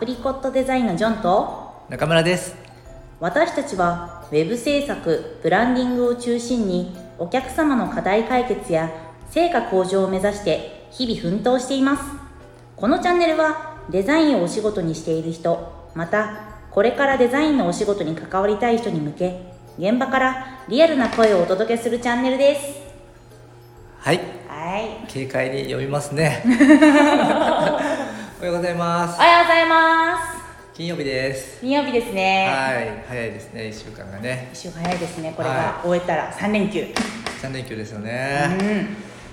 プリコットデザインのジョンと中村です。 私たちはウェブ制作、ブランディングを中心にお客様の課題解決や成果向上を目指して日々奮闘しています。このチャンネルはデザインをお仕事にしている人、またこれからデザインのお仕事に関わりたい人に向け、現場からリアルな声をお届けするチャンネルです。 はい、軽快に読みますね。おはようございます。 おはようございます。 金曜日です。 金曜日ですね。 はい、早いですね。1週間がね。 1週間早いですね。これが終えたら3連休。 3連休ですよね。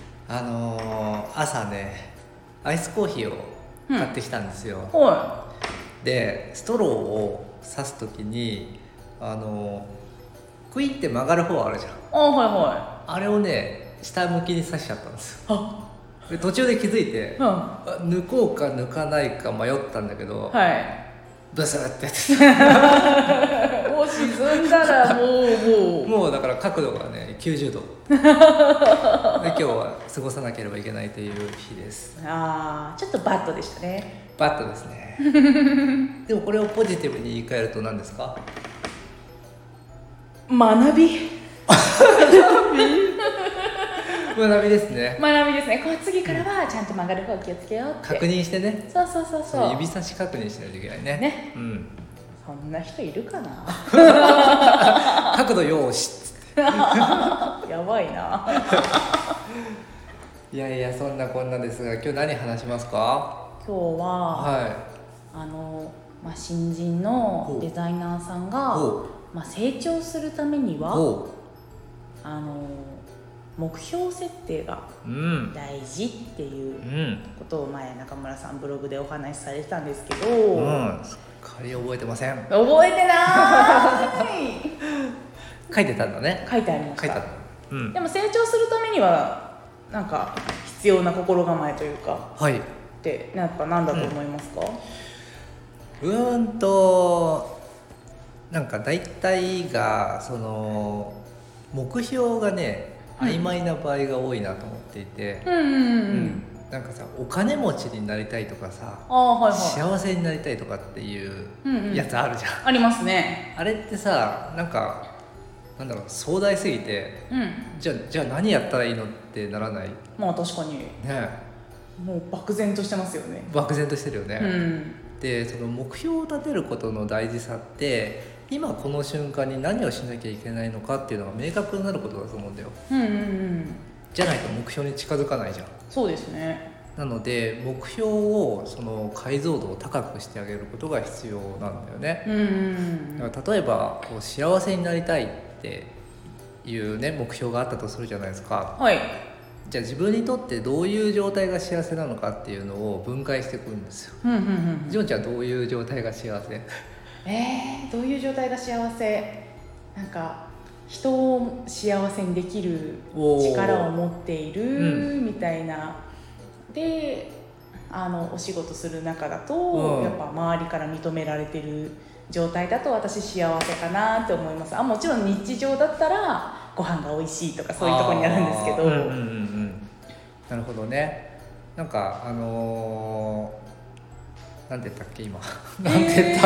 朝ね、アイスコーヒーを買ってきたんですよ。で、ストローを刺すときにクイって曲がる方あるじゃん。あれをね、下向きに刺しちゃったんですよ。で途中で気づいて、抜こうか抜かないか迷ったんだけど、ブスってやってた。 もう沈んだらもうだから角度がね90度で今日は過ごさなければいけないという日です。 ちょっとバッドでしたね。 バッドですね。でもこれをポジティブに言い換えると何ですか？ 学び学びですね。 学びですね。こう次からはちゃんと曲がる方気をつけようって確認してね。 そう指差し確認しないといけないね。 そんな人いるかな。 角度よーしっつってやばいな。 いやそんなこんなですが、今日何話しますか？ 今日は、新人のデザイナーさんが、成長するためには目標設定が大事っていうことを前中村さんブログでお話しされてたんですけど、 すっかり覚えてません。 覚えてない書いてたんだね。 書いてありました。でも成長するためにはなんか必要な心構えというか、ってやっぱ何だと思いますか？ なんか大体がその目標がね曖昧な場合が多いなと思っていて、なんかさ、お金持ちになりたいとかさ、幸せになりたいとかっていうやつあるじゃん。 ありますね。 あれってさ、なんかなんだろう、壮大すぎて、じゃあ何やったらいいのってならない？ まあ確かにね、もう漠然としてますよね。 漠然としてるよね。で、その目標を立てることの大事さって今この瞬間に何をしなきゃいけないのかっていうのが明確になることだと思うんだよ。じゃないと目標に近づかないじゃん。 そうですね。 なので目標をその解像度を高くしてあげることが必要なんだよね。だから例えばこう幸せになりたいっていうね目標があったとするじゃないですか。じゃあ自分にとってどういう状態が幸せなのかっていうのを分解していくんですよ。ジョンちゃんどういう状態が幸せ？ どういう状態が幸せ？なんか人を幸せにできる力を持っているみたいな。でお仕事する中だと、やっぱ周りから認められてる状態だと私幸せかなって思います。もちろん日常だったらご飯が美味しいとかそういうところになるんですけど。 なるほどね。なんかなんて言ったっけ今なんて言った、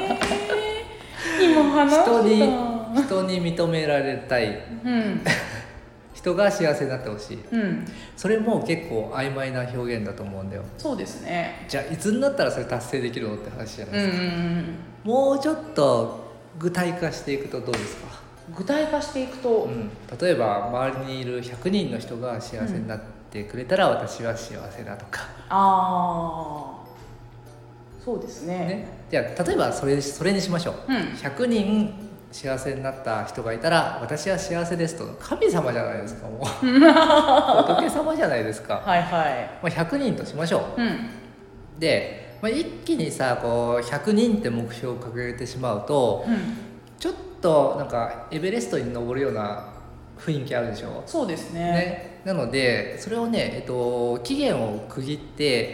今話した人に認められたい、人が幸せになってほしい、それも結構曖昧な表現だと思うんだよ。 そうですね。 じゃあいつになったらそれ達成できるのって話じゃないですか。もうちょっと具体化していくとどうですか？ 具体化していくと、 例えば周りにいる100人の人が幸せになってくれたら私は幸せだとか。 そうですね。 じゃあ例えばそれにしましょう。100人幸せになった人がいたら私は幸せですと。神様じゃないですか。もう仏様じゃないですか。100人としましょう。で、一気にさこう100人って目標を掲げてしまうと、ちょっとなんかエベレストに登るような雰囲気あるでしょ。 そうですね。 なのでそれをね、期限を区切って、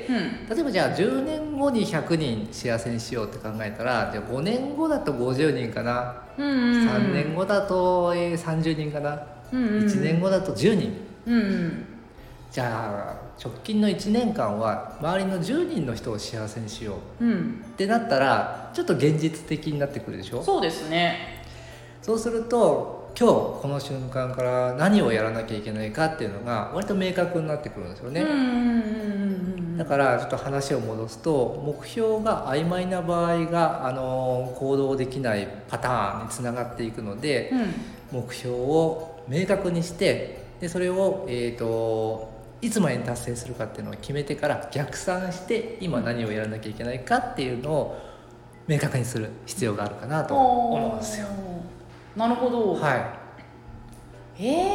例えばじゃあ10年後に100人幸せにしようって考えたら、じゃあ5年後だと50人かな、3年後だと30人かな、1年後だと10人、 じゃあ直近の1年間は周りの10人の人を幸せにしよう、ってなったらちょっと現実的になってくるでしょ。 そうですね。 そうすると今日この瞬間から何をやらなきゃいけないかっていうのが割と明確になってくるんですよね。だからちょっと話を戻すと、目標が曖昧な場合が行動できないパターンにつながっていくので、目標を明確にして、でそれを、いつまでに達成するかっていうのを決めてから逆算して今何をやらなきゃいけないかっていうのを明確にする必要があるかなと思うんですよ。 なるほど。 はい。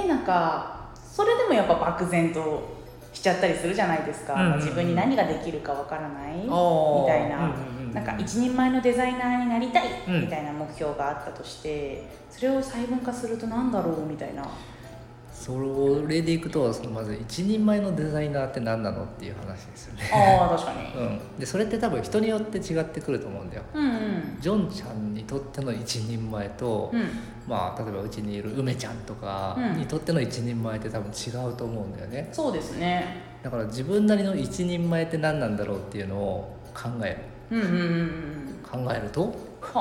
なんかそれでもやっぱ漠然としちゃったりするじゃないですか、自分に何ができるかわからないみたいな、なんか一人前のデザイナーになりたいみたいな目標があったとして、それを細分化するとなんだろうみたいな。 それでいくとまず一人前のデザイナーって何なのっていう話ですよね。 確かに、 でそれって多分人によって違ってくると思うんだよ。ジョンちゃんにとっての一人前と、例えばうちにいる梅ちゃんとかにとっての一人前って多分違うと思うんだよね。 そうですね。 だから自分なりの一人前って何なんだろうっていうのを考える。考えると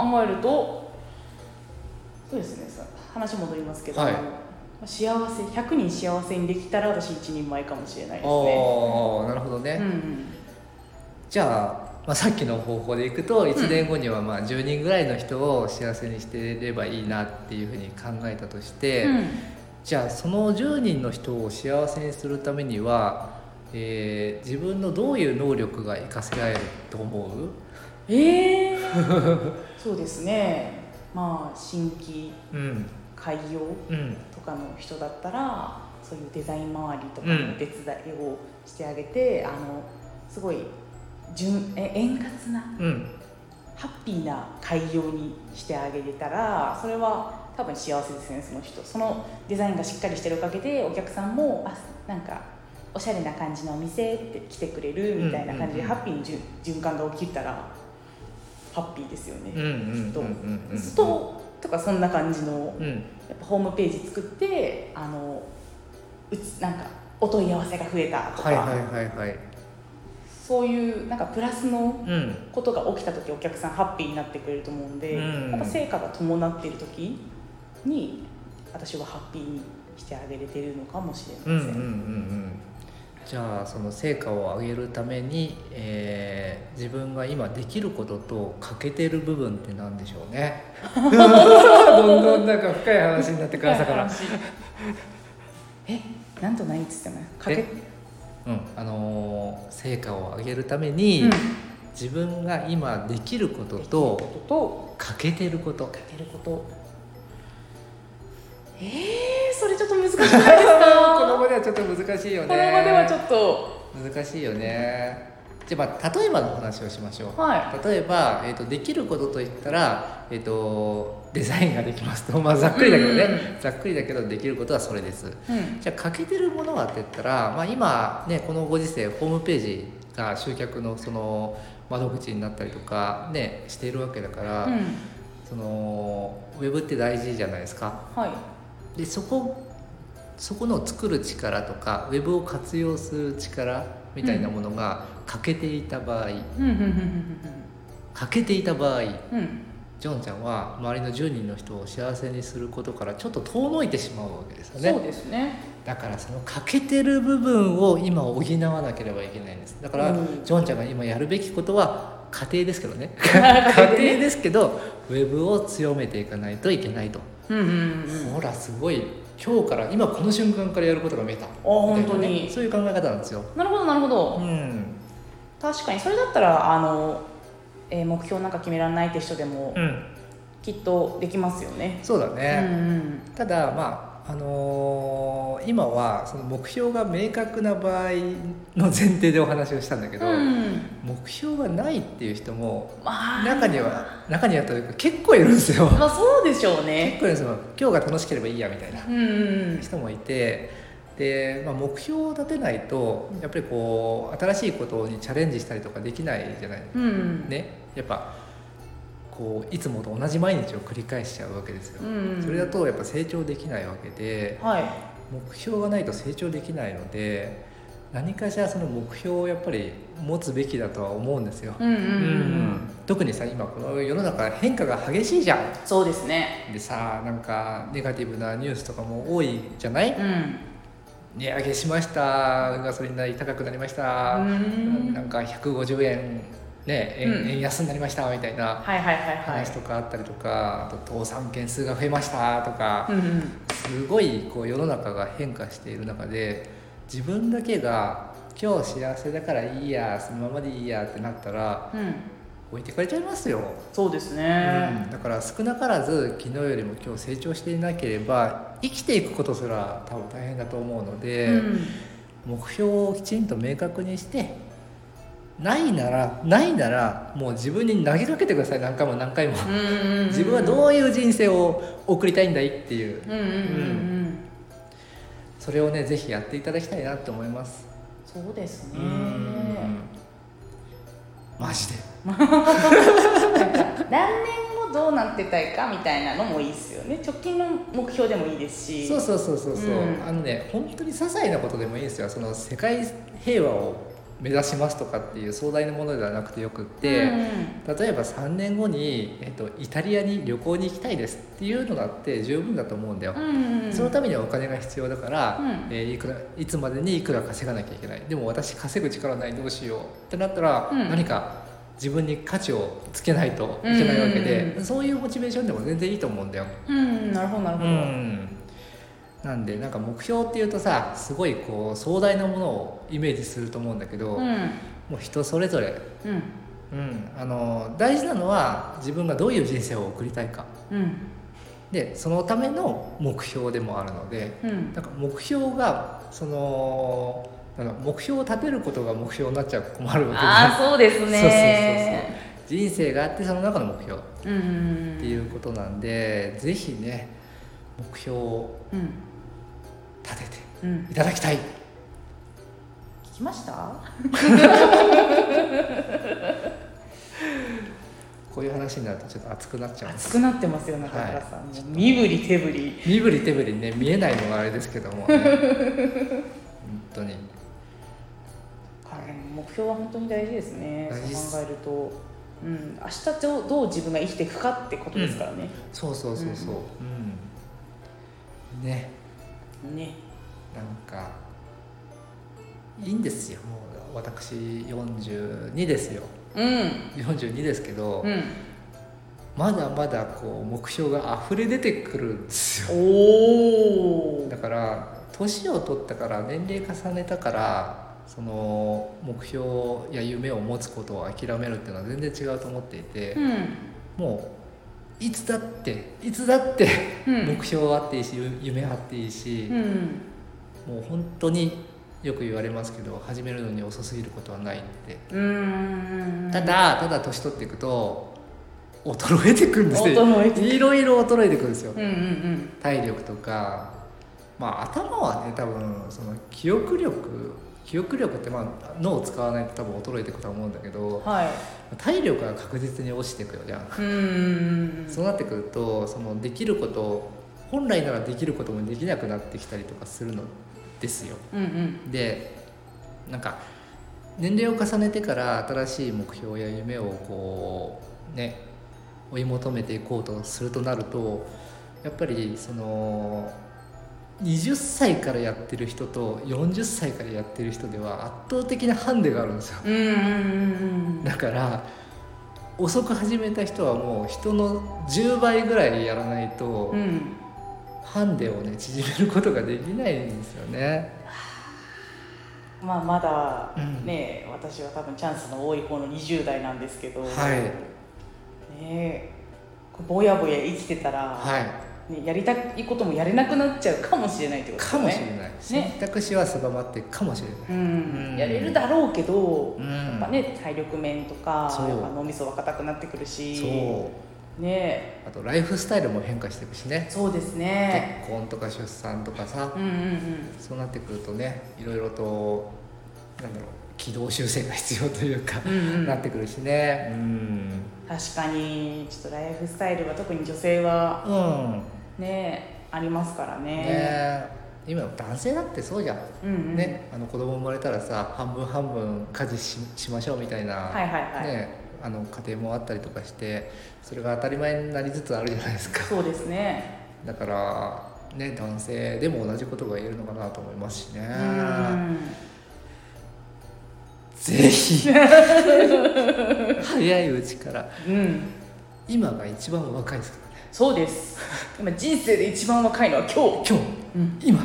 そうですね。話戻りますけど、100人幸せにできたら私一人前かもしれないですね。 なるほどね。じゃあ、さっきの方法でいくと1年後には10人ぐらいの人を幸せにしてればいいなっていうふうに考えたとして、じゃあその10人の人を幸せにするためには、自分のどういう能力が活かせられると思う？ そうですね。新規開業とかの人だったら、そういうデザイン周りとかの手伝いをしてあげて、すごい円滑な、ハッピーな開業にしてあげれたら、それは多分幸せですね。その人、そのデザインがしっかりしてるおかげでお客さんもなんかおしゃれな感じのお店って来てくれるみたいな感じで、ハッピーに循環が起きたらハッピーですよね。きっとストとかそんな感じの、やっぱホームページ作ってなんかお問い合わせが増えたとか、そういうなんかプラスのことが起きた時、お客さんハッピーになってくれると思うんで、やっぱ成果が伴っている時に私はハッピーにしてあげれてるのかもしれません。 じゃあその成果を上げるために、自分が今できることと欠けてる部分って何でしょうね。どんどんなんか深い話になってくださからなんと何って言って成果を上げるために、自分が今できることと欠けてることそれちょっと難しくないですか？ この場ではちょっと難しいよね。 この場ではちょっと難しいよね。じゃあ例えばの話をしましょう。例えば、できることといったら、デザインができますと、ざっくりだけどね、ざっくりだけどできることはそれです。じゃあ欠けてるものはって言ったら、今ねこのご時世ホームページが集客のその窓口になったりとかねしているわけだから、そのウェブって大事じゃないですか。でそこの作る力とかウェブを活用する力みたいなものが欠けていた場合、ジョンちゃんは周りの10人の人を幸せにすることからちょっと遠のいてしまうわけですよね。 そうですね。 だからその欠けてる部分を今補わなければいけないんです。だから、ジョンちゃんが今やるべきことは家庭ですけどね家庭ですけどウェブを強めていかないといけないと。ほらすごい、今日から今この瞬間からやることが見えた、 本当にそういう考え方なんですよ。 なるほど、確かにそれだったら目標なんか決められないって人でも、きっとできますよね。 そうだね、ただ今はその目標が明確な場合の前提でお話をしたんだけど、目標がないっていう人も中にはというか結構いるんですよ。 そうでしょうね。 結構いるんですよ。今日が楽しければいいやみたいな人もいて、で、目標を立てないとやっぱりこう新しいことにチャレンジしたりとかできないじゃない、ね。やっぱこういつもと同じ毎日を繰り返しちゃうわけですよ。それだとやっぱ成長できないわけで、目標がないと成長できないので、 何かしらその目標をやっぱり持つべきだとは思うんですよ。特にさ今この世の中変化が激しいじゃん。 そうですね。 でさなんかネガティブなニュースとかも多いじゃない、値上げしました、ガソリン代高くなりました、なんか150円ね、円安になりましたみたいな話とかあったりとか、あと倒産件数が増えましたとか、すごいこう世の中が変化している中で自分だけが今日幸せだからいいや、そのままでいいやってなったら、置いてかれちゃいますよ。 そうですね、 だから少なからず昨日よりも今日成長していなければ生きていくことすら多分大変だと思うので、目標をきちんと明確にしてないならもう自分に投げかけてください。何回も何回も自分はどういう人生を送りたいんだいっていう、それをねぜひやっていただきたいなと思います。 そうですね、 マジで何年後どうなってたいかみたいなのもいいですよね。直近の目標でもいいですし、 そう、本当に些細なことでもいいですよ。その世界平和を目指しますとかっていう壮大なものではなくてよくって、例えば3年後に、イタリアに旅行に行きたいですっていうのだって十分だと思うんだよ、そのためにはお金が必要だから、いつまでにいくら稼がなきゃいけない、でも私稼ぐ力ないどうしようってなったら、何か自分に価値をつけないといけないわけで、そういうモチベーションでも全然いいと思うんだよ。 なるほどなるほど、 なんでなんか目標っていうとさすごいこう壮大なものをイメージすると思うんだけど、もう人それぞれ、大事なのは自分がどういう人生を送りたいか、でそのための目標でもあるので、なんか目標がその目標を立てることが目標になっちゃうと困るわけで、 そうですね、 そう人生があってその中の目標っていうことなんで、ぜひね目標を立てていただきたい。 聞きましたこういう話になるとちょっと熱くなっちゃうんです。 熱くなってますよ中村さん、身振り手振りね、見えないのがあれですけども、ね、本当に目標は本当に大事ですね。そう考えると、明日どう自分が生きていくかってことですからね。 そう、ねなんかいいんですよ。もう私42ですよ、42ですけど、まだまだこう目標が溢れ出てくるんですよ。だから年を取ったから年齢重ねたからその目標や夢を持つことを諦めるっていうのは全然違うと思っていて、もういつだって目標あっていいし、夢あっていいし、もう本当によく言われますけど始めるのに遅すぎることはないって。ただ年取っていくと衰えてくるんですよ。いろいろ衰えてくるんですよ、体力とか、頭はね多分その記憶力って脳を使わないと多分衰えていくと思うんだけど、体力が確実に落ちていくよじゃん。そうなってくるとそのできること本来ならできることもできなくなってきたりとかするのですよ。でなんか年齢を重ねてから新しい目標や夢をこうね追い求めていこうとするとなると、やっぱりその20歳からやってる人と40歳からやってる人では圧倒的なハンデがあるんですよ。だから遅く始めた人はもう人の10倍ぐらいやらないと、ハンデをね縮めることができないんですよね。 まだね、私は多分チャンスの多い方の20代なんですけど、ぼやぼや生きてたら、やりたいこともやれなくなっちゃうかもしれないってことですね。 かもしれない、選択肢は狭まっていくかもしれない、 やれるだろうけど、やっぱね体力面とかやっぱ脳みそは硬くなってくるし、あとライフスタイルも変化していくしね。 そうですね、 結婚とか出産とかさ、そうなってくるとねいろいろと軌道修正が必要というか、なってくるしね。 確かにちょっとライフスタイルは特に女性は、ありますからね。 今の男性だってそうじゃん、 うんうん、 ね、子供生まれたらさ半分半分家事 しましょうみたいな、 はいはいはい、 ね、家庭もあったりとかしてそれが当たり前になりつつあるじゃないですか。 そうですね。 だからね、男性でも同じことが言えるのかなと思いますしね。ぜひ早いうちから、うん、今が一番若いですからね。 そうです。今人生で一番若いのは今日、 うん、今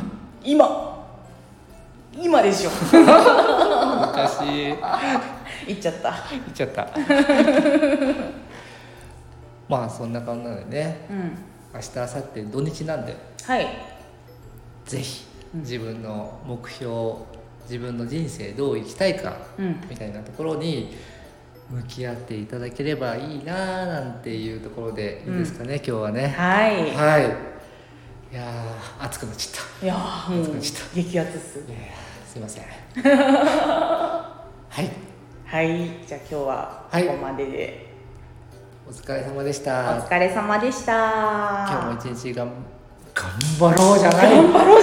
でしょ。 昔言っちゃったまあそんな感じなのでね、うん、明日明後日土日なんで、 はい、 ぜひ自分の目標、自分の人生どう生きたいか、みたいなところに向き合っていただければいいななんていうところでいいですかね、今日はね。 はい、 はい、いや暑くなっちゃった。 いやもう激アツっす。 すいませんはいはい、じゃあ今日はここまでで、 お疲れ様でした。 お疲れ様でした。 今日も一日頑張ろうじゃない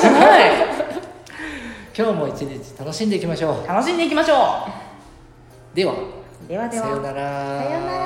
今日も一日楽しんでいきましょう。 ではさようなら。 さようなら。